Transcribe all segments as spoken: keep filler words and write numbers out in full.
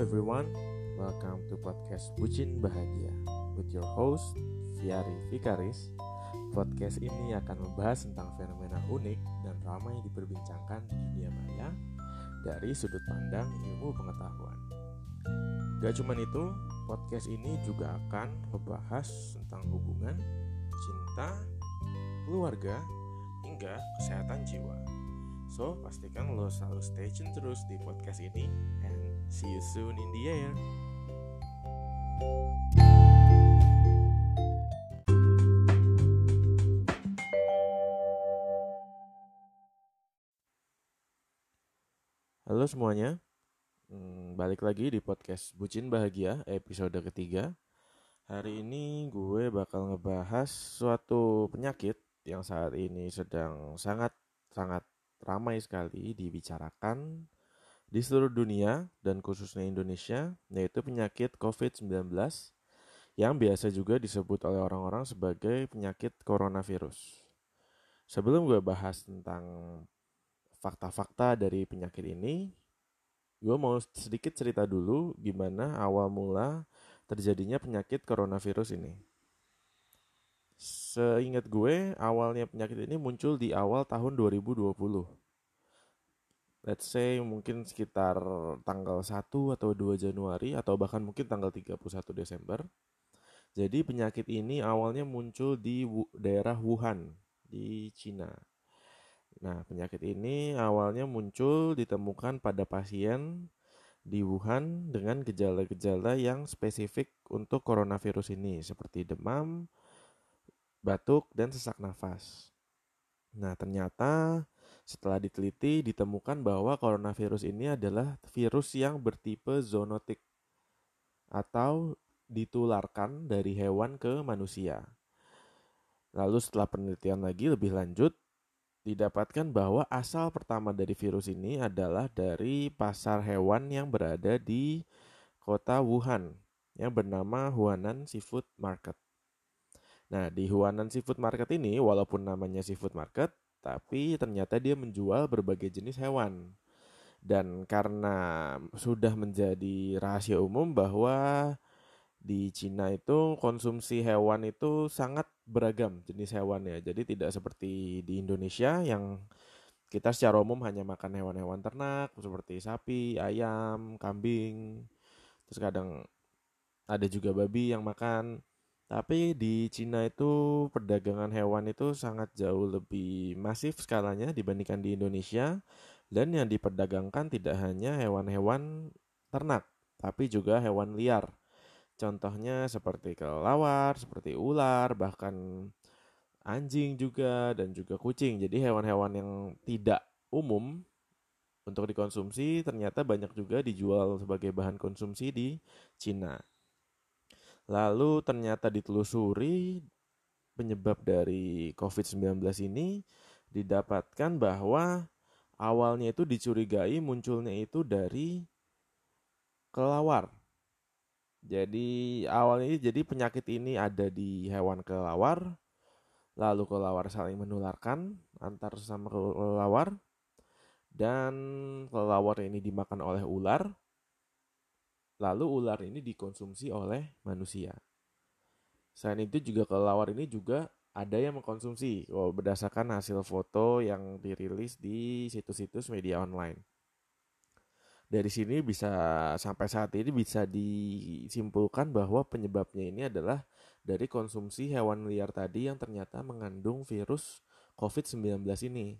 everyone, welcome to podcast Bucin Bahagia with your host Viari Vikaris. Podcast ini akan membahas tentang fenomena unik dan ramai diperbincangkan di dunia maya dari sudut pandang ilmu pengetahuan. Gak cuma itu, podcast ini juga akan membahas tentang hubungan, cinta, keluarga, hingga kesehatan jiwa. So, pastikan lo selalu stay tune terus di podcast ini and see you soon in the air. Halo semuanya, hmm, balik lagi di podcast Bucin Bahagia episode ketiga. Hari ini gue bakal ngebahas suatu penyakit yang saat ini sedang sangat-sangat ramai sekali dibicarakan di seluruh dunia dan khususnya Indonesia, yaitu penyakit covid sembilan belas yang biasa juga disebut oleh orang-orang sebagai penyakit coronavirus. Sebelum gue bahas tentang fakta-fakta dari penyakit ini, gue mau sedikit cerita dulu gimana awal mula terjadinya penyakit coronavirus ini. Seingat gue, awalnya penyakit ini muncul di awal tahun dua ribu dua puluh. Let's say mungkin sekitar tanggal satu atau dua Januari atau bahkan mungkin tanggal tiga puluh satu Desember. Jadi penyakit ini awalnya muncul di daerah Wuhan di Cina. Nah, penyakit ini awalnya muncul ditemukan pada pasien di Wuhan dengan gejala-gejala yang spesifik untuk coronavirus ini seperti demam, batuk, dan sesak nafas. Nah, ternyata setelah diteliti ditemukan bahwa coronavirus ini adalah virus yang bertipe zoonotik atau ditularkan dari hewan ke manusia. Lalu setelah penelitian lagi lebih lanjut, didapatkan bahwa asal pertama dari virus ini adalah dari pasar hewan yang berada di kota Wuhan yang bernama Huanan Seafood Market. Nah, di Huanan Seafood Market ini, walaupun namanya Seafood Market, tapi ternyata dia menjual berbagai jenis hewan. Dan karena sudah menjadi rahasia umum bahwa di Cina itu konsumsi hewan itu sangat beragam jenis hewannya. Jadi tidak seperti di Indonesia yang kita secara umum hanya makan hewan-hewan ternak seperti sapi, ayam, kambing. Terus kadang ada juga babi yang makan. Tapi di Cina itu perdagangan hewan itu sangat jauh lebih masif skalanya dibandingkan di Indonesia. Dan yang diperdagangkan tidak hanya hewan-hewan ternak, tapi juga hewan liar. Contohnya seperti kelelawar, seperti ular, bahkan anjing juga, dan juga kucing. Jadi hewan-hewan yang tidak umum untuk dikonsumsi ternyata banyak juga dijual sebagai bahan konsumsi di Cina. Lalu ternyata ditelusuri penyebab dari covid sembilan belas ini didapatkan bahwa awalnya itu dicurigai munculnya itu dari kelelawar. Jadi awalnya jadi penyakit ini ada di hewan kelelawar, lalu kelelawar saling menularkan antar sesama kelelawar, dan kelelawar ini dimakan oleh ular, lalu ular ini dikonsumsi oleh manusia. Selain itu juga kelelawar ini juga ada yang mengkonsumsi oh, berdasarkan hasil foto yang dirilis di situs-situs media online. Dari sini bisa sampai saat ini bisa disimpulkan bahwa penyebabnya ini adalah dari konsumsi hewan liar tadi yang ternyata mengandung virus covid sembilan belas ini.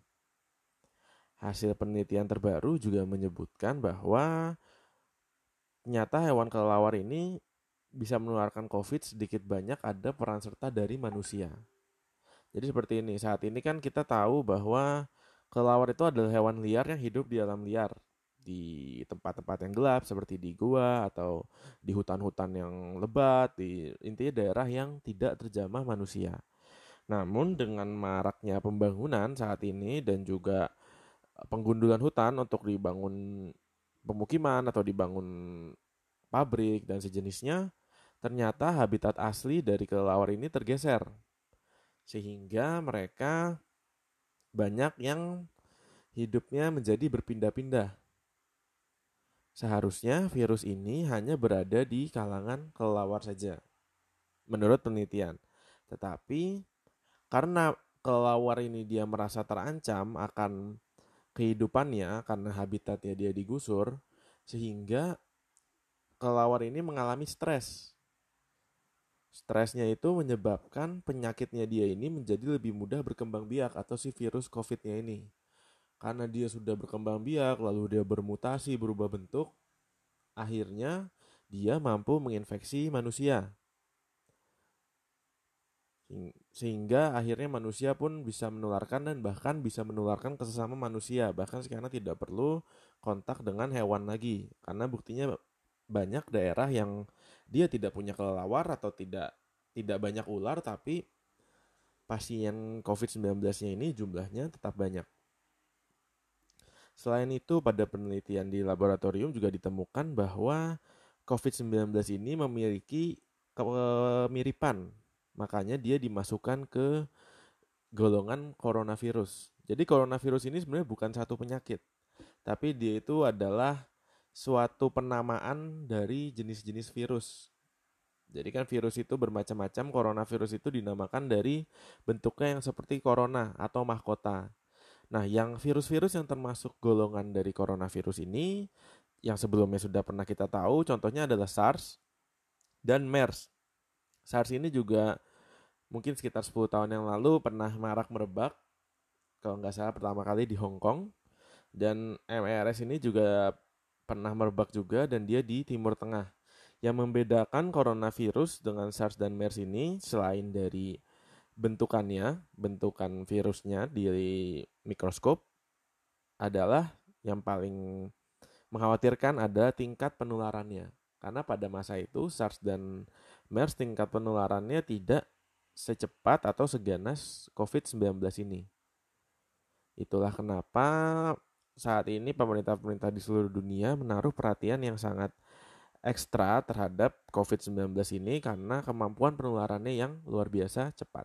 Hasil penelitian terbaru juga menyebutkan bahwa ternyata hewan kelelawar ini bisa menularkan COVID sedikit banyak ada peran serta dari manusia. Jadi seperti ini, saat ini kan kita tahu bahwa kelelawar itu adalah hewan liar yang hidup di alam liar, di tempat-tempat yang gelap seperti di gua atau di hutan-hutan yang lebat, di intinya daerah yang tidak terjamah manusia. Namun dengan maraknya pembangunan saat ini dan juga penggundulan hutan untuk dibangun pemukiman atau dibangun pabrik dan sejenisnya, ternyata habitat asli dari kelelawar ini tergeser. Sehingga mereka banyak yang hidupnya menjadi berpindah-pindah. Seharusnya virus ini hanya berada di kalangan kelelawar saja, menurut penelitian. Tetapi karena kelelawar ini dia merasa terancam akan kehidupannya karena habitatnya dia digusur, sehingga kelelawar ini mengalami stres. Stresnya itu menyebabkan penyakitnya dia ini menjadi lebih mudah berkembang biak atau si virus COVID-nya ini. Karena dia sudah berkembang biak, lalu dia bermutasi, berubah bentuk, akhirnya dia mampu menginfeksi manusia. Sehingga akhirnya manusia pun bisa menularkan dan bahkan bisa menularkan ke sesama manusia. Bahkan sekarang tidak perlu kontak dengan hewan lagi. Karena buktinya banyak daerah yang dia tidak punya kelelawar atau tidak tidak banyak ular, tapi pasien covid sembilan belas-nya ini jumlahnya tetap banyak. Selain itu, pada penelitian di laboratorium juga ditemukan bahwa covid sembilan belas ini memiliki kemiripan. Makanya dia dimasukkan ke golongan coronavirus. Jadi coronavirus ini sebenarnya bukan satu penyakit, tapi dia itu adalah suatu penamaan dari jenis-jenis virus. Jadi kan virus itu bermacam-macam, coronavirus itu dinamakan dari bentuknya yang seperti corona atau mahkota. Nah, yang virus-virus yang termasuk golongan dari coronavirus ini, yang sebelumnya sudah pernah kita tahu, contohnya adalah SARS dan MERS. SARS ini juga mungkin sekitar sepuluh tahun yang lalu pernah marak merebak, kalau nggak salah pertama kali di Hong Kong. Dan MERS ini juga pernah merebak juga dan dia di Timur Tengah. Yang membedakan coronavirus dengan SARS dan MERS ini selain dari bentukannya, bentukan virusnya di mikroskop adalah yang paling mengkhawatirkan ada tingkat penularannya. Karena pada masa itu SARS dan MERS tingkat penularannya tidak secepat atau seganas covid sembilan belas ini. Itulah kenapa saat ini pemerintah-pemerintah di seluruh dunia menaruh perhatian yang sangat ekstra terhadap covid sembilan belas ini karena kemampuan penularannya yang luar biasa cepat.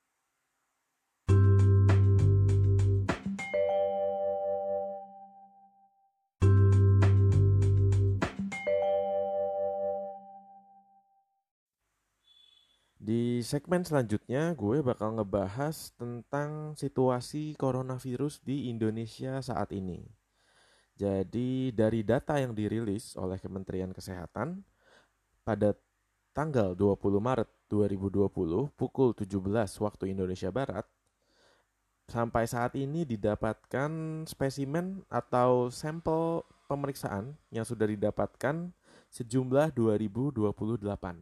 Di segmen selanjutnya gue bakal ngebahas tentang situasi coronavirus di Indonesia saat ini. Jadi dari data yang dirilis oleh Kementerian Kesehatan pada tanggal dua puluh Maret dua ribu dua puluh pukul tujuh belas waktu Indonesia Barat, sampai saat ini didapatkan spesimen atau sampel pemeriksaan yang sudah didapatkan sejumlah dua ribu dua puluh delapan.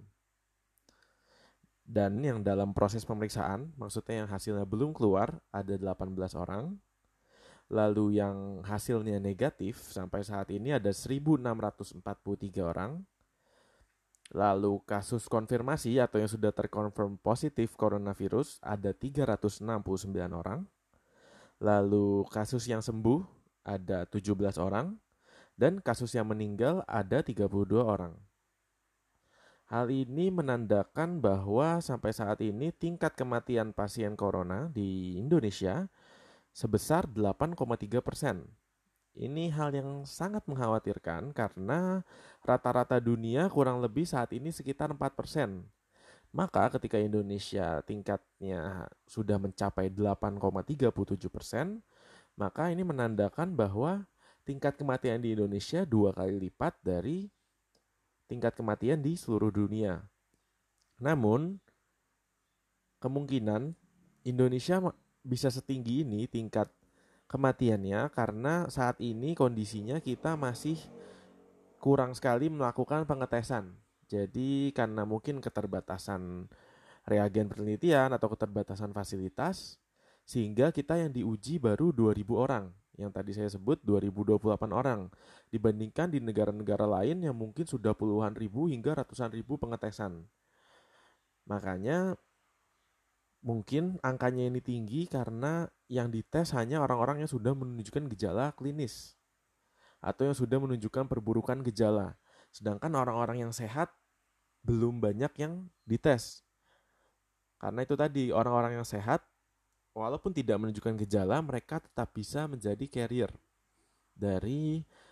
Dan yang dalam proses pemeriksaan, maksudnya yang hasilnya belum keluar, ada delapan belas orang. Lalu yang hasilnya negatif sampai saat ini ada seribu enam ratus empat puluh tiga orang. Lalu kasus konfirmasi atau yang sudah terkonfirm positif coronavirus ada tiga ratus enam puluh sembilan orang. Lalu kasus yang sembuh ada tujuh belas orang. Dan kasus yang meninggal ada tiga puluh dua orang. Hal ini menandakan bahwa sampai saat ini tingkat kematian pasien corona di Indonesia sebesar delapan koma tiga persen. Ini hal yang sangat mengkhawatirkan karena rata-rata dunia kurang lebih saat ini sekitar empat persen. Maka ketika Indonesia tingkatnya sudah mencapai delapan koma tiga tujuh persen, maka ini menandakan bahwa tingkat kematian di Indonesia dua kali lipat dari tingkat kematian di seluruh dunia. Namun, kemungkinan Indonesia bisa setinggi ini tingkat kematiannya karena saat ini kondisinya kita masih kurang sekali melakukan pengetesan. Jadi karena mungkin keterbatasan reagen penelitian atau keterbatasan fasilitas, sehingga kita yang diuji baru dua ribu orang. Yang tadi saya sebut dua ribu dua puluh delapan orang, dibandingkan di negara-negara lain yang mungkin sudah puluhan ribu hingga ratusan ribu pengetesan. Makanya mungkin angkanya ini tinggi karena yang dites hanya orang-orang yang sudah menunjukkan gejala klinis atau yang sudah menunjukkan perburukan gejala. Sedangkan orang-orang yang sehat belum banyak yang dites. Karena itu tadi, orang-orang yang sehat walaupun tidak menunjukkan gejala, mereka tetap bisa menjadi carrier dari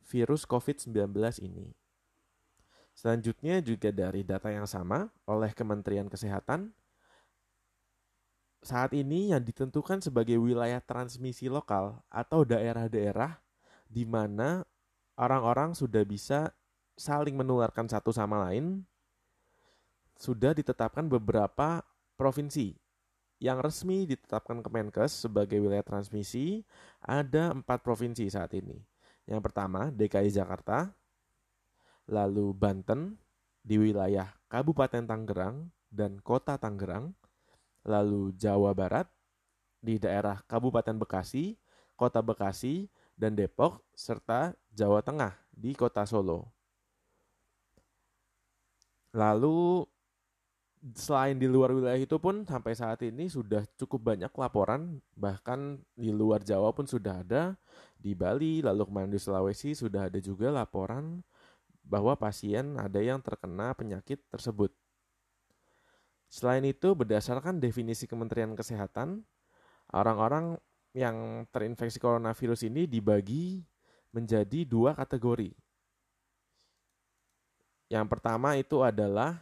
virus covid sembilan belas ini. Selanjutnya juga dari data yang sama oleh Kementerian Kesehatan, saat ini yang ditentukan sebagai wilayah transmisi lokal atau daerah-daerah di mana orang-orang sudah bisa saling menularkan satu sama lain, sudah ditetapkan beberapa provinsi. Yang resmi ditetapkan Kemenkes sebagai wilayah transmisi ada empat provinsi saat ini. Yang pertama D K I Jakarta, lalu Banten di wilayah Kabupaten Tangerang dan Kota Tangerang, lalu Jawa Barat di daerah Kabupaten Bekasi, Kota Bekasi, dan Depok, serta Jawa Tengah di Kota Solo. Lalu selain di luar wilayah itu pun sampai saat ini sudah cukup banyak laporan, bahkan di luar Jawa pun sudah ada, di Bali, lalu kemarin di Sulawesi sudah ada juga laporan bahwa pasien ada yang terkena penyakit tersebut. Selain itu, berdasarkan definisi Kementerian Kesehatan, orang-orang yang terinfeksi coronavirus ini dibagi menjadi dua kategori. Yang pertama itu adalah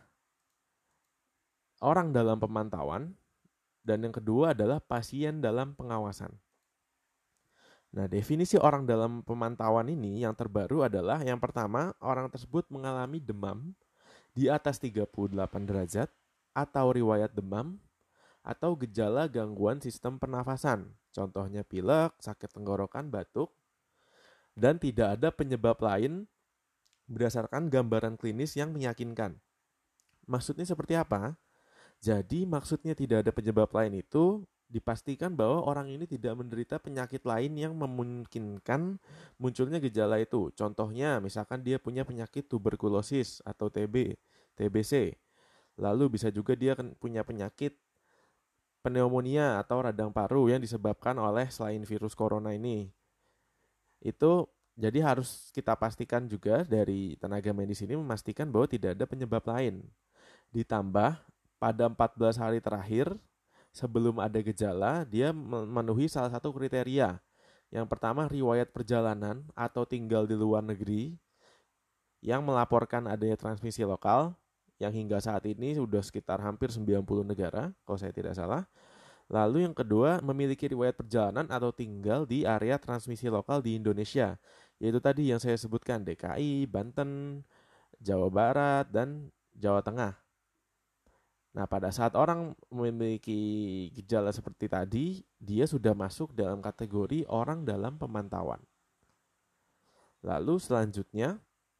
orang dalam pemantauan, dan yang kedua adalah pasien dalam pengawasan. Nah, definisi orang dalam pemantauan ini yang terbaru adalah yang pertama, orang tersebut mengalami demam di atas tiga puluh delapan derajat atau riwayat demam atau gejala gangguan sistem pernafasan, contohnya pilek, sakit tenggorokan, batuk, dan tidak ada penyebab lain berdasarkan gambaran klinis yang meyakinkan. Maksudnya seperti apa? Jadi maksudnya tidak ada penyebab lain itu dipastikan bahwa orang ini tidak menderita penyakit lain yang memungkinkan munculnya gejala itu. Contohnya misalkan dia punya penyakit tuberkulosis atau T B, T B C. Lalu bisa juga dia punya penyakit pneumonia atau radang paru yang disebabkan oleh selain virus corona ini. Itu jadi harus kita pastikan juga dari tenaga medis ini memastikan bahwa tidak ada penyebab lain. Ditambah pada empat belas hari terakhir sebelum ada gejala, dia memenuhi salah satu kriteria. Yang pertama, riwayat perjalanan atau tinggal di luar negeri yang melaporkan adanya transmisi lokal, yang hingga saat ini sudah sekitar hampir sembilan puluh negara, kalau saya tidak salah. Lalu yang kedua, memiliki riwayat perjalanan atau tinggal di area transmisi lokal di Indonesia, yaitu tadi yang saya sebutkan, D K I, Banten, Jawa Barat, dan Jawa Tengah. Nah, pada saat orang memiliki gejala seperti tadi, dia sudah masuk dalam kategori orang dalam pemantauan. Lalu selanjutnya,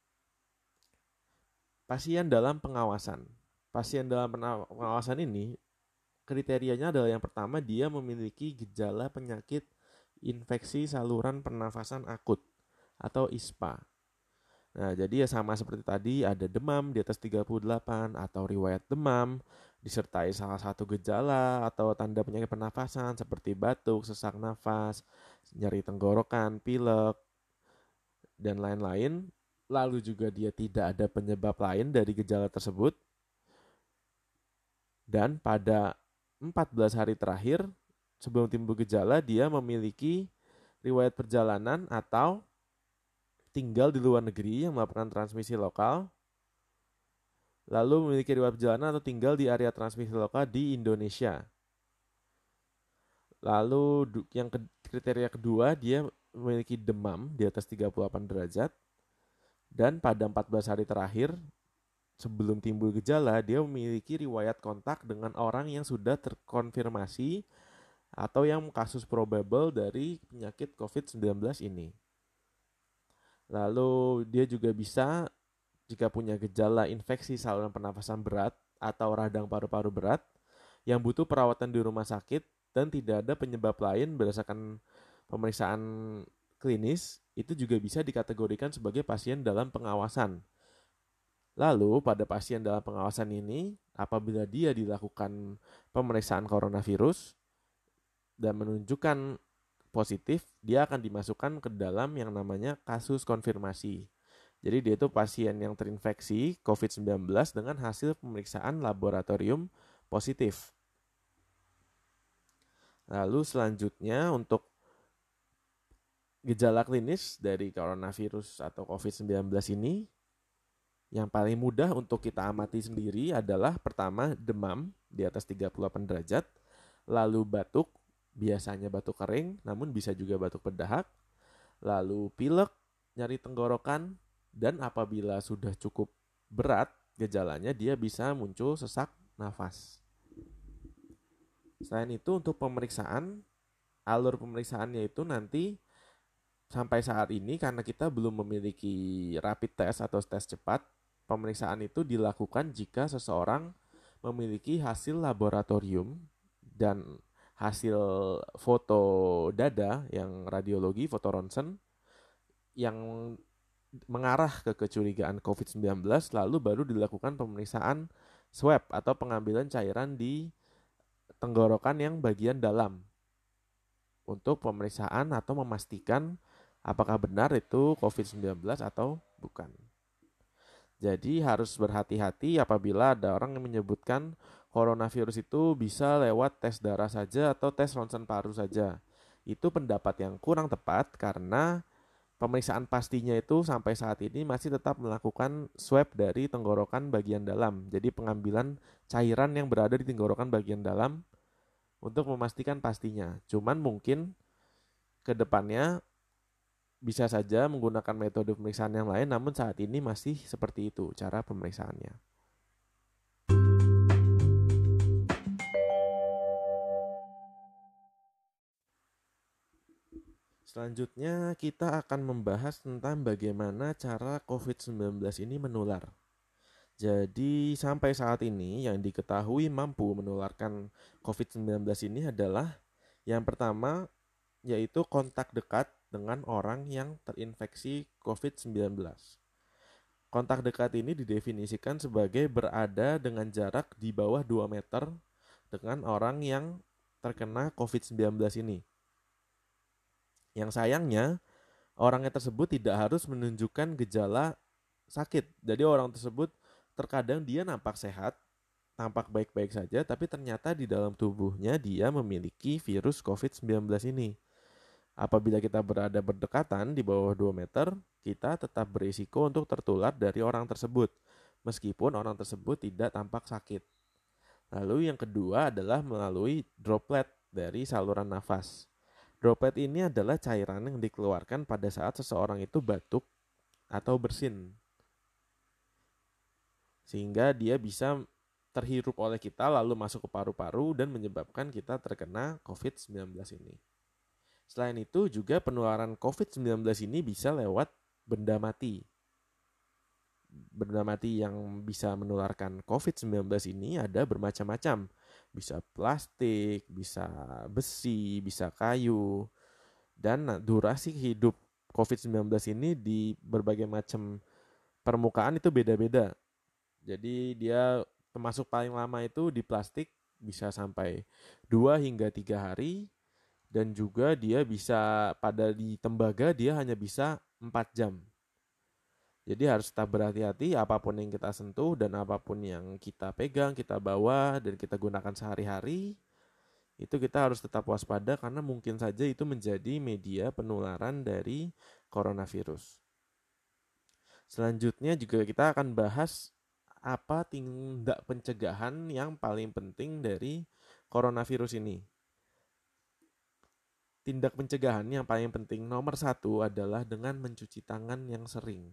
pasien dalam pengawasan. Pasien dalam pengawasan ini, kriterianya adalah yang pertama, dia memiliki gejala penyakit infeksi saluran pernafasan akut atau I S P A. Nah, jadi ya sama seperti tadi, ada demam di atas tiga puluh delapan atau riwayat demam, disertai salah satu gejala atau tanda penyakit pernafasan seperti batuk, sesak nafas, nyeri tenggorokan, pilek, dan lain-lain. Lalu juga dia tidak ada penyebab lain dari gejala tersebut. Dan pada empat belas hari terakhir, sebelum timbul gejala, dia memiliki riwayat perjalanan atau tinggal di luar negeri yang melakukan transmisi lokal, lalu memiliki riwayat perjalanan atau tinggal di area transmisi lokal di Indonesia. Lalu yang kriteria kedua, dia memiliki demam di atas tiga puluh delapan derajat, dan pada empat belas hari terakhir sebelum timbul gejala, dia memiliki riwayat kontak dengan orang yang sudah terkonfirmasi atau yang kasus probable dari penyakit covid sembilan belas ini. Lalu dia juga bisa jika punya gejala infeksi saluran pernafasan berat atau radang paru-paru berat yang butuh perawatan di rumah sakit dan tidak ada penyebab lain berdasarkan pemeriksaan klinis, itu juga bisa dikategorikan sebagai pasien dalam pengawasan. Lalu pada pasien dalam pengawasan ini, apabila dia dilakukan pemeriksaan coronavirus dan menunjukkan positif, dia akan dimasukkan ke dalam yang namanya kasus konfirmasi. Jadi dia itu pasien yang terinfeksi covid sembilan belas dengan hasil pemeriksaan laboratorium positif. Lalu selanjutnya untuk Gejala klinis dari coronavirus atau covid sembilan belas ini yang paling mudah untuk kita amati sendiri adalah pertama demam di atas tiga puluh delapan derajat, lalu batuk, biasanya batuk kering namun bisa juga batuk berdahak, lalu pilek, nyeri tenggorokan, dan apabila sudah cukup berat gejalanya dia bisa muncul sesak nafas. Selain itu untuk pemeriksaan, alur pemeriksaannya itu nanti sampai saat ini karena kita belum memiliki rapid test atau tes cepat, pemeriksaan itu dilakukan jika seseorang memiliki hasil laboratorium dan hasil foto dada yang radiologi, foto ronsen yang mengarah ke kecurigaan covid sembilan belas, lalu baru dilakukan pemeriksaan swab atau pengambilan cairan di tenggorokan yang bagian dalam untuk pemeriksaan atau memastikan apakah benar itu covid sembilan belas atau bukan. Jadi harus berhati-hati apabila ada orang yang menyebutkan coronavirus itu bisa lewat tes darah saja atau tes ronsen paru saja. Itu pendapat yang kurang tepat karena pemeriksaan pastinya itu sampai saat ini masih tetap melakukan swab dari tenggorokan bagian dalam. Jadi pengambilan cairan yang berada di tenggorokan bagian dalam untuk memastikan pastinya. Cuman mungkin ke depannya bisa saja menggunakan metode pemeriksaan yang lain, namun saat ini masih seperti itu cara pemeriksaannya. Selanjutnya kita akan membahas tentang bagaimana cara covid sembilan belas ini menular. Jadi sampai saat ini yang diketahui mampu menularkan covid sembilan belas ini adalah yang pertama yaitu kontak dekat dengan orang yang terinfeksi covid sembilan belas. Kontak dekat ini didefinisikan sebagai berada dengan jarak di bawah dua meter dengan orang yang terkena covid sembilan belas ini. Yang sayangnya, orangnya tersebut tidak harus menunjukkan gejala sakit. Jadi orang tersebut terkadang dia nampak sehat, tampak baik-baik saja, tapi ternyata di dalam tubuhnya dia memiliki virus covid sembilan belas ini. Apabila kita berada berdekatan di bawah dua meter, kita tetap berisiko untuk tertular dari orang tersebut, meskipun orang tersebut tidak tampak sakit. Lalu yang kedua adalah melalui droplet dari saluran nafas. Droplet ini adalah cairan yang dikeluarkan pada saat seseorang itu batuk atau bersin. Sehingga dia bisa terhirup oleh kita lalu masuk ke paru-paru dan menyebabkan kita terkena covid sembilan belas ini. Selain itu juga penularan covid sembilan belas ini bisa lewat benda mati. Benda mati yang bisa menularkan covid sembilan belas ini ada bermacam-macam. Bisa plastik, bisa besi, bisa kayu. Dan durasi hidup covid sembilan belas ini di berbagai macam permukaan itu beda-beda. Jadi dia termasuk paling lama itu di plastik bisa sampai dua hingga tiga hari. Dan juga dia bisa pada di tembaga dia hanya bisa empat jam. Jadi harus tetap berhati-hati apapun yang kita sentuh dan apapun yang kita pegang, kita bawa dan kita gunakan sehari-hari. Itu kita harus tetap waspada karena mungkin saja itu menjadi media penularan dari coronavirus. Selanjutnya juga kita akan bahas apa tindak pencegahan yang paling penting dari coronavirus ini. Tindak pencegahan yang paling penting nomor satu adalah dengan mencuci tangan yang sering.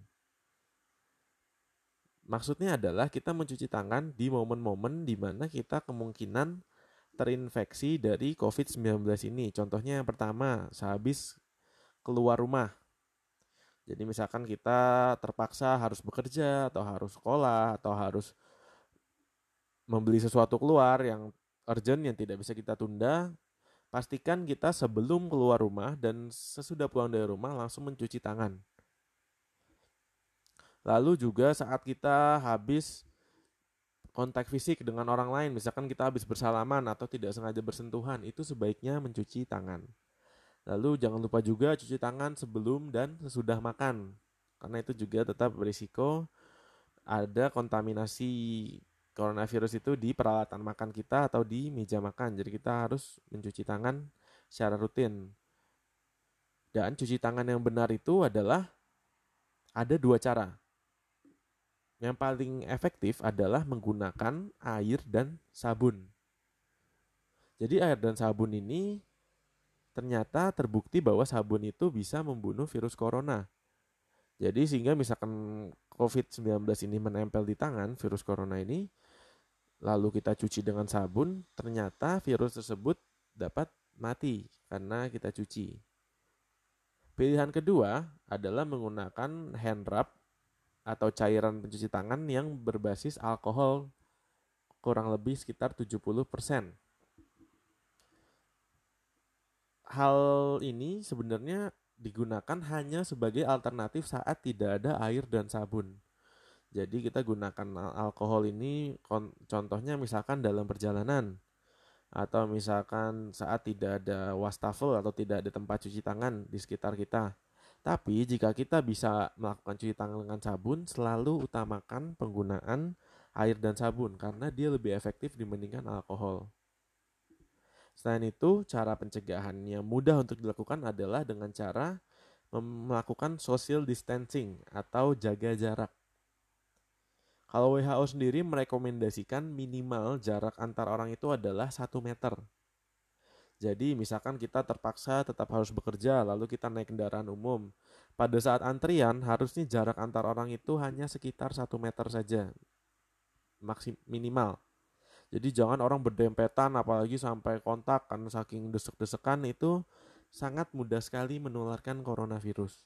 Maksudnya adalah kita mencuci tangan di momen-momen di mana kita kemungkinan terinfeksi dari covid sembilan belas ini. Contohnya yang pertama, sehabis keluar rumah. Jadi misalkan kita terpaksa harus bekerja atau harus sekolah atau harus membeli sesuatu keluar yang urgent yang tidak bisa kita tunda, pastikan kita sebelum keluar rumah dan sesudah pulang dari rumah langsung mencuci tangan. Lalu juga saat kita habis kontak fisik dengan orang lain, misalkan kita habis bersalaman atau tidak sengaja bersentuhan, itu sebaiknya mencuci tangan. Lalu jangan lupa juga cuci tangan sebelum dan sesudah makan, karena itu juga tetap berisiko ada kontaminasi coronavirus itu di peralatan makan kita atau di meja makan. Jadi kita harus mencuci tangan secara rutin. Dan cuci tangan yang benar itu adalah ada dua cara. Yang paling efektif adalah menggunakan air dan sabun. Jadi air dan sabun ini ternyata terbukti bahwa sabun itu bisa membunuh virus corona. Jadi sehingga misalkan covid sembilan belas ini menempel di tangan, virus corona ini, lalu kita cuci dengan sabun, ternyata virus tersebut dapat mati karena kita cuci. Pilihan kedua adalah menggunakan hand rub atau cairan pencuci tangan yang berbasis alkohol kurang lebih sekitar tujuh puluh persen. Hal ini sebenarnya digunakan hanya sebagai alternatif saat tidak ada air dan sabun. Jadi kita gunakan alkohol ini contohnya misalkan dalam perjalanan atau misalkan saat tidak ada wastafel atau tidak ada tempat cuci tangan di sekitar kita. Tapi jika kita bisa melakukan cuci tangan dengan sabun, selalu utamakan penggunaan air dan sabun karena dia lebih efektif dibandingkan alkohol. Selain itu, cara pencegahan yang mudah untuk dilakukan adalah dengan cara melakukan social distancing atau jaga jarak. Kalau W H O sendiri merekomendasikan minimal jarak antar orang itu adalah satu meter. Jadi misalkan kita terpaksa tetap harus bekerja lalu kita naik kendaraan umum. Pada saat antrian harusnya jarak antar orang itu hanya sekitar satu meter saja. Maksim, minimal. Jadi jangan orang berdempetan apalagi sampai kontak karena saking desek-desekan itu sangat mudah sekali menularkan coronavirus.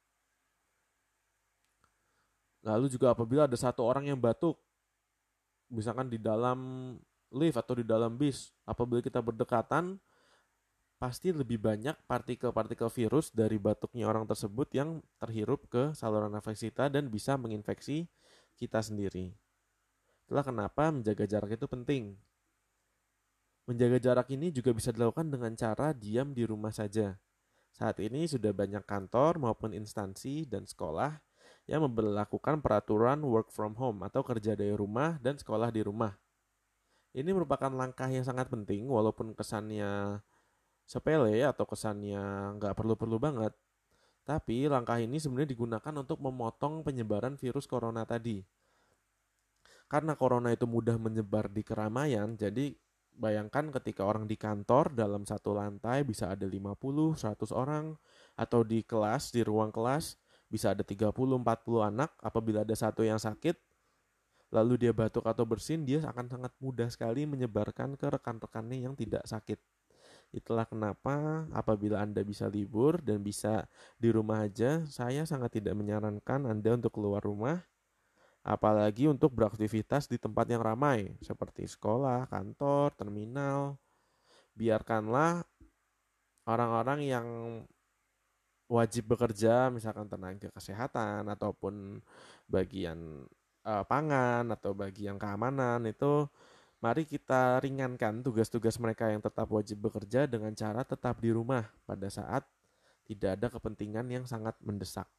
Lalu juga apabila ada satu orang yang batuk, misalkan di dalam lift atau di dalam bis, apabila kita berdekatan, pasti lebih banyak partikel-partikel virus dari batuknya orang tersebut yang terhirup ke saluran nafas kita dan bisa menginfeksi kita sendiri. Itulah kenapa menjaga jarak itu penting. Menjaga jarak ini juga bisa dilakukan dengan cara diam di rumah saja. Saat ini sudah banyak kantor maupun instansi dan sekolah yang memberlakukan peraturan work from home atau kerja dari rumah dan sekolah di rumah. Ini merupakan langkah yang sangat penting walaupun kesannya sepele atau kesannya nggak perlu-perlu banget. Tapi langkah ini sebenarnya digunakan untuk memotong penyebaran virus corona tadi. Karena corona itu mudah menyebar di keramaian, jadi bayangkan ketika orang di kantor dalam satu lantai bisa ada lima puluh, seratus orang, atau di kelas, di ruang kelas, bisa ada tiga puluh, empat puluh anak. Apabila ada satu yang sakit, lalu dia batuk atau bersin, dia akan sangat mudah sekali menyebarkan ke rekan-rekannya yang tidak sakit. Itulah kenapa apabila Anda bisa libur dan bisa di rumah aja, saya sangat tidak menyarankan Anda untuk keluar rumah, apalagi untuk beraktivitas di tempat yang ramai, seperti sekolah, kantor, terminal. Biarkanlah orang-orang yang wajib bekerja, misalkan tenaga kesehatan, ataupun bagian uh, pangan, atau bagian keamanan, itu mari kita ringankan tugas-tugas mereka yang tetap wajib bekerja dengan cara tetap di rumah pada saat tidak ada kepentingan yang sangat mendesak.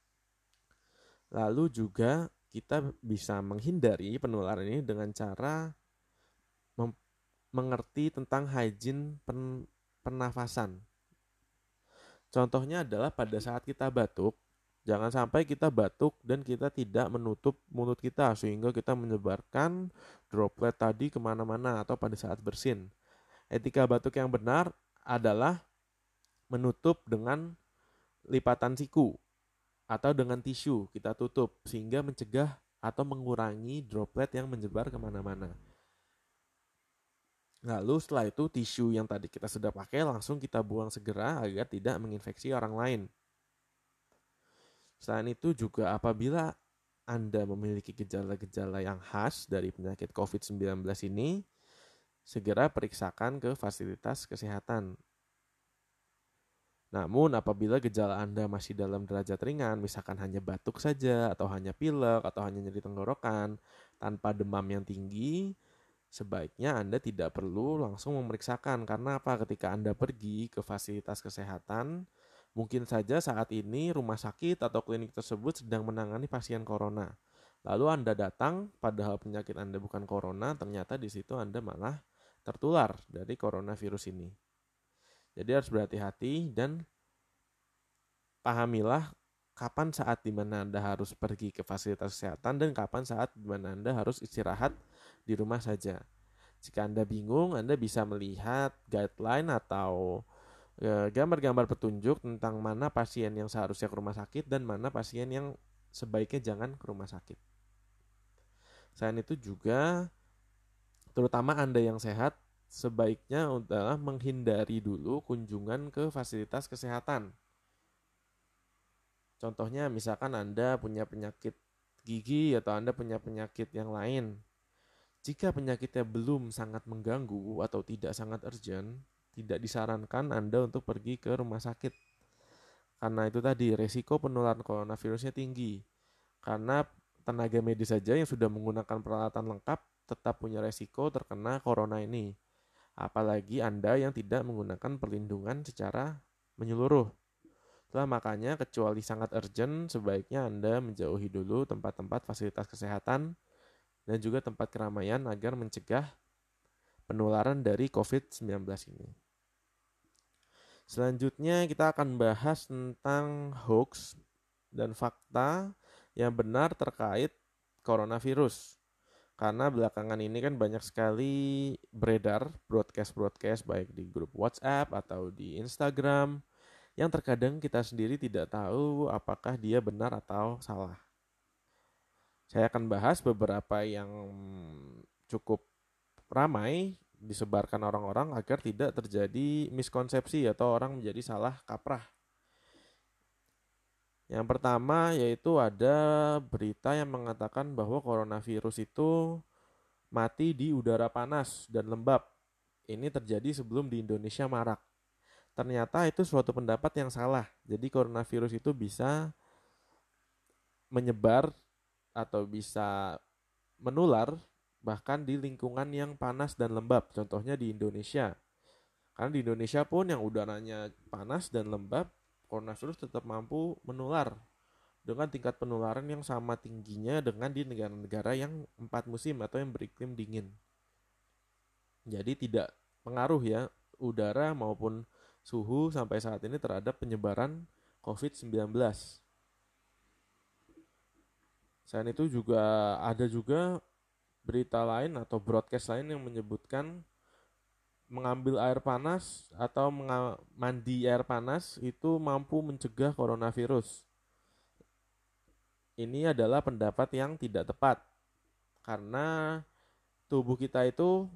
Lalu juga kita bisa menghindari penularan ini dengan cara mem- mengerti tentang hygiene pen- pernafasan. Contohnya adalah pada saat kita batuk, jangan sampai kita batuk dan kita tidak menutup mulut kita sehingga kita menyebarkan droplet tadi kemana-mana atau pada saat bersin. Etika batuk yang benar adalah menutup dengan lipatan siku atau dengan tisu kita tutup sehingga mencegah atau mengurangi droplet yang menyebar kemana-mana. Lalu setelah itu tisu yang tadi kita sudah pakai langsung kita buang segera agar tidak menginfeksi orang lain. Selain itu juga apabila Anda memiliki gejala-gejala yang khas dari penyakit covid sembilan belas ini, segera periksakan ke fasilitas kesehatan. Namun apabila gejala Anda masih dalam derajat ringan, misalkan hanya batuk saja, atau hanya pilek, atau hanya nyeri tenggorokan, tanpa demam yang tinggi, sebaiknya Anda tidak perlu langsung memeriksakan. Karena apa? Ketika Anda pergi ke fasilitas kesehatan, mungkin saja saat ini rumah sakit atau klinik tersebut sedang menangani pasien corona. Lalu Anda datang, padahal penyakit Anda bukan corona, ternyata di situ Anda malah tertular dari coronavirus ini. Jadi harus berhati-hati dan pahamilah kapan saat dimana Anda harus pergi ke fasilitas kesehatan dan kapan saat dimana Anda harus istirahat di rumah saja. Jika Anda bingung, Anda bisa melihat guideline atau e, gambar-gambar petunjuk tentang mana pasien yang seharusnya ke rumah sakit dan mana pasien yang sebaiknya jangan ke rumah sakit. Selain itu juga, terutama Anda yang sehat, sebaiknya adalah menghindari dulu kunjungan ke fasilitas kesehatan. Contohnya misalkan Anda punya penyakit gigi atau Anda punya penyakit yang lain. Jika penyakitnya belum sangat mengganggu atau tidak sangat urgent, tidak disarankan Anda untuk pergi ke rumah sakit. Karena itu tadi, resiko penularan coronavirusnya tinggi. Karena tenaga medis saja yang sudah menggunakan peralatan lengkap tetap punya resiko terkena corona ini. Apalagi Anda yang tidak menggunakan perlindungan secara menyeluruh. Itulah makanya kecuali sangat urgent, sebaiknya Anda menjauhi dulu tempat-tempat fasilitas kesehatan dan juga tempat keramaian agar mencegah penularan dari covid sembilan belas ini. Selanjutnya kita akan bahas tentang hoax dan fakta yang benar terkait coronavirus. Karena belakangan ini kan banyak sekali beredar broadcast-broadcast baik di grup WhatsApp atau di Instagram yang terkadang kita sendiri tidak tahu apakah dia benar atau salah. Saya akan bahas beberapa yang cukup ramai disebarkan orang-orang agar tidak terjadi miskonsepsi atau orang menjadi salah kaprah. Yang pertama yaitu ada berita yang mengatakan bahwa coronavirus itu mati di udara panas dan lembab. Ini terjadi sebelum di Indonesia marak. Ternyata itu suatu pendapat yang salah. Jadi coronavirus itu bisa menyebar atau bisa menular bahkan di lingkungan yang panas dan lembab. Contohnya di Indonesia. Karena di Indonesia pun yang udaranya panas dan lembab, coronavirus tetap mampu menular dengan tingkat penularan yang sama tingginya dengan di negara-negara yang empat musim atau yang beriklim dingin. Jadi tidak pengaruh ya udara maupun suhu sampai saat ini terhadap penyebaran covid sembilan belas. Selain itu juga ada juga berita lain atau broadcast lain yang menyebutkan mengambil air panas atau mandi air panas itu mampu mencegah coronavirus. Ini adalah pendapat yang tidak tepat karena tubuh kita itu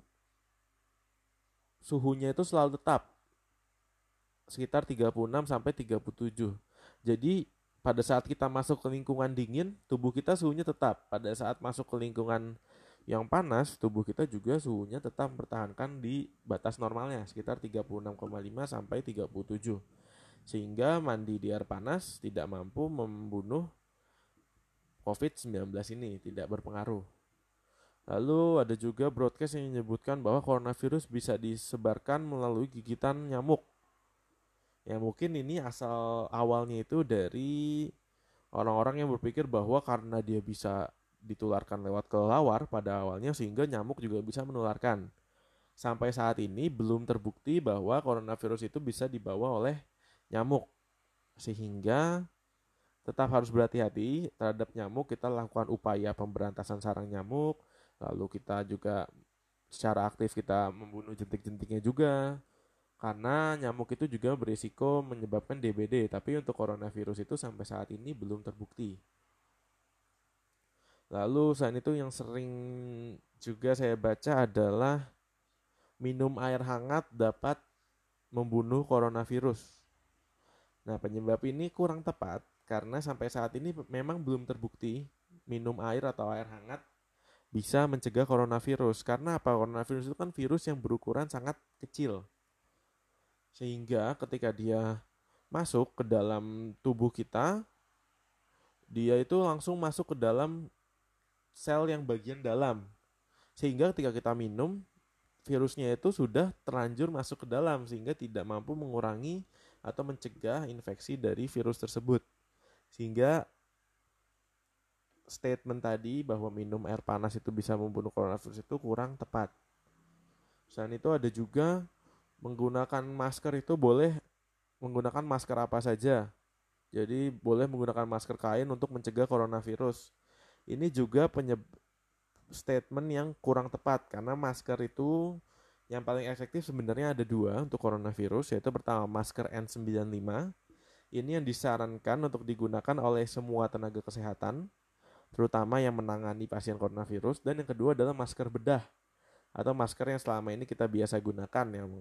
suhunya itu selalu tetap sekitar tiga puluh enam sampai tiga puluh tujuh. Jadi pada saat kita masuk ke lingkungan dingin, tubuh kita suhunya tetap. Pada saat masuk ke lingkungan yang panas, tubuh kita juga suhunya tetap mempertahankan di batas normalnya sekitar tiga puluh enam koma lima sampai tiga puluh tujuh. Sehingga mandi di air panas tidak mampu membunuh covid sembilan belas ini, tidak berpengaruh. Lalu ada juga broadcast yang menyebutkan bahwa coronavirus bisa disebarkan melalui gigitan nyamuk. Ya mungkin ini asal awalnya itu dari orang-orang yang berpikir bahwa karena dia bisa ditularkan lewat kelelawar pada awalnya sehingga nyamuk juga bisa menularkan. Sampai saat ini belum terbukti bahwa coronavirus itu bisa dibawa oleh nyamuk. Sehingga tetap harus berhati-hati terhadap nyamuk. Kita lakukan upaya pemberantasan sarang nyamuk. Lalu kita juga secara aktif kita membunuh jentik-jentiknya juga. Karena nyamuk itu juga berisiko menyebabkan D B D. Tapi untuk coronavirus itu sampai saat ini belum terbukti. Lalu selain itu yang sering juga saya baca adalah minum air hangat dapat membunuh coronavirus. Nah penyebab ini kurang tepat karena sampai saat ini memang belum terbukti minum air atau air hangat bisa mencegah coronavirus. Karena apa? Coronavirus itu kan virus yang berukuran sangat kecil. Sehingga ketika dia masuk ke dalam tubuh kita, dia itu langsung masuk ke dalam sel yang bagian dalam. Sehingga ketika kita minum, virusnya itu sudah terlanjur masuk ke dalam sehingga tidak mampu mengurangi atau mencegah infeksi dari virus tersebut. Sehingga statement tadi bahwa minum air panas itu bisa membunuh coronavirus itu kurang tepat. Selain itu ada juga menggunakan masker itu boleh menggunakan masker apa saja. Jadi boleh menggunakan masker kain untuk mencegah coronavirus. Ini juga penyeb- statement yang kurang tepat karena masker itu yang paling efektif sebenarnya ada dua untuk coronavirus, yaitu pertama masker N sembilan puluh lima. Ini yang disarankan untuk digunakan oleh semua tenaga kesehatan, terutama yang menangani pasien coronavirus. Dan yang kedua adalah masker bedah atau masker yang selama ini kita biasa gunakan yang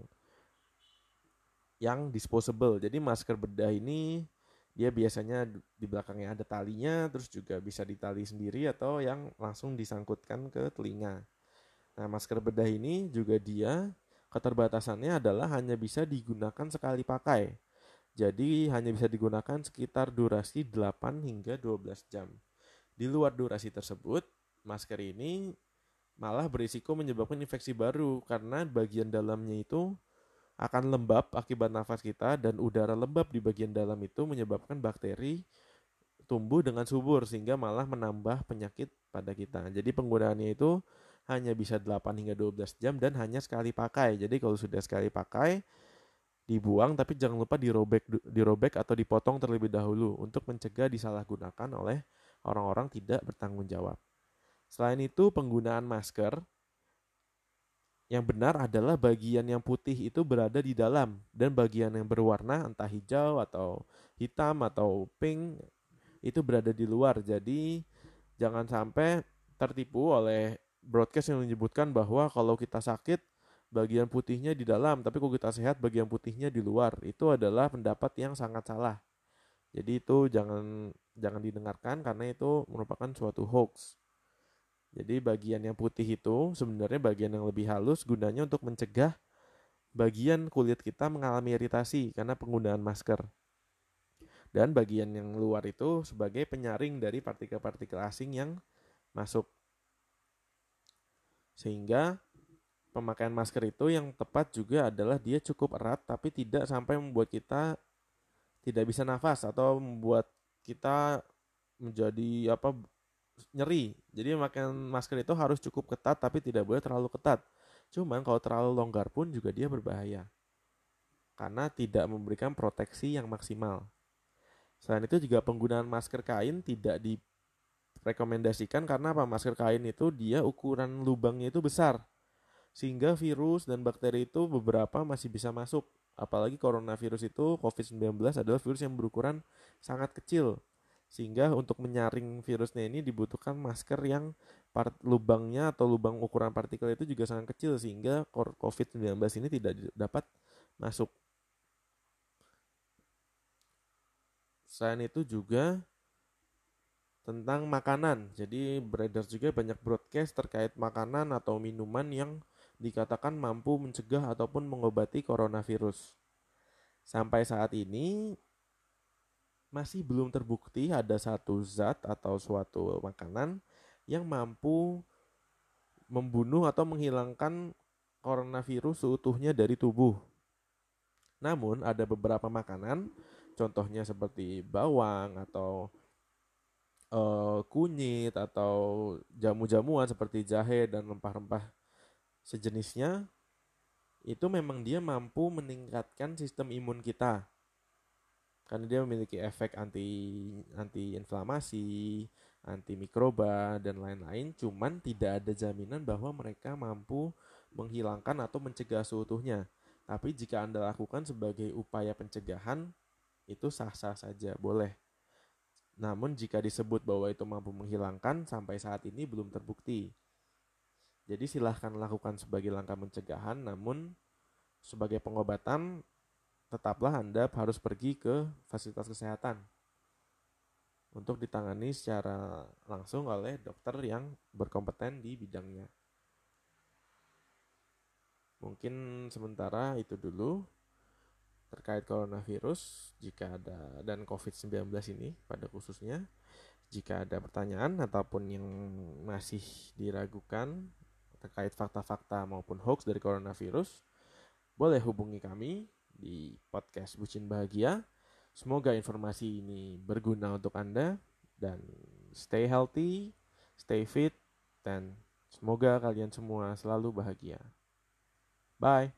yang disposable. Jadi masker bedah ini dia biasanya di belakangnya ada talinya, terus juga bisa ditali sendiri atau yang langsung disangkutkan ke telinga. Nah, masker bedah ini juga dia keterbatasannya adalah hanya bisa digunakan sekali pakai. Jadi hanya bisa digunakan sekitar durasi delapan hingga dua belas jam. Di luar durasi tersebut, masker ini malah berisiko menyebabkan infeksi baru karena bagian dalamnya itu akan lembab akibat nafas kita dan udara lembab di bagian dalam itu menyebabkan bakteri tumbuh dengan subur sehingga malah menambah penyakit pada kita. Jadi penggunaannya itu hanya bisa delapan hingga dua belas jam dan hanya sekali pakai. Jadi kalau sudah sekali pakai dibuang tapi jangan lupa dirobek dirobek atau dipotong terlebih dahulu untuk mencegah disalahgunakan oleh orang-orang tidak bertanggung jawab. Selain itu, penggunaan masker yang benar adalah bagian yang putih itu berada di dalam dan bagian yang berwarna entah hijau atau hitam atau pink itu berada di luar. Jadi jangan sampai tertipu oleh broadcast yang menyebutkan bahwa kalau kita sakit bagian putihnya di dalam, tapi kalau kita sehat bagian putihnya di luar. Itu adalah pendapat yang sangat salah. Jadi itu jangan jangan didengarkan karena itu merupakan suatu hoax. Jadi bagian yang putih itu sebenarnya bagian yang lebih halus gunanya untuk mencegah bagian kulit kita mengalami iritasi karena penggunaan masker. Dan bagian yang luar itu sebagai penyaring dari partikel-partikel asing yang masuk. Sehingga pemakaian masker itu yang tepat juga adalah dia cukup erat tapi tidak sampai membuat kita tidak bisa nafas atau membuat kita menjadi apa nyeri. Jadi pemakaian masker itu harus cukup ketat tapi tidak boleh terlalu ketat. Cuman kalau terlalu longgar pun juga dia berbahaya karena tidak memberikan proteksi yang maksimal. Selain itu juga penggunaan masker kain tidak direkomendasikan karena apa? Masker kain itu dia ukuran lubangnya itu besar sehingga virus dan bakteri itu beberapa masih bisa masuk. Apalagi coronavirus itu covid sembilan belas adalah virus yang berukuran sangat kecil. Sehingga untuk menyaring virusnya ini dibutuhkan masker yang part lubangnya atau lubang ukuran partikel itu juga sangat kecil sehingga covid sembilan belas ini tidak dapat masuk. Selain itu juga tentang makanan. Jadi beredar juga banyak broadcast terkait makanan atau minuman yang dikatakan mampu mencegah ataupun mengobati coronavirus. Sampai saat ini masih belum terbukti ada satu zat atau suatu makanan yang mampu membunuh atau menghilangkan coronavirus seutuhnya dari tubuh. Namun ada beberapa makanan, contohnya seperti bawang atau uh, kunyit atau jamu-jamuan seperti jahe dan rempah-rempah sejenisnya, itu memang dia mampu meningkatkan sistem imun kita karena dia memiliki efek anti anti inflamasi, anti mikroba dan lain-lain. Cuman tidak ada jaminan bahwa mereka mampu menghilangkan atau mencegah seutuhnya. Tapi jika Anda lakukan sebagai upaya pencegahan, itu sah-sah saja, boleh. Namun jika disebut bahwa itu mampu menghilangkan, sampai saat ini belum terbukti. Jadi silahkan lakukan sebagai langkah pencegahan, namun sebagai pengobatan tetaplah Anda harus pergi ke fasilitas kesehatan untuk ditangani secara langsung oleh dokter yang berkompeten di bidangnya. Mungkin sementara itu dulu terkait coronavirus jika ada dan covid sembilan belas ini pada khususnya. Jika ada pertanyaan ataupun yang masih diragukan terkait fakta-fakta maupun hoax dari coronavirus, boleh hubungi kami di podcast Bucin Bahagia. Semoga informasi ini berguna untuk Anda dan stay healthy, stay fit, dan semoga kalian semua selalu bahagia. Bye.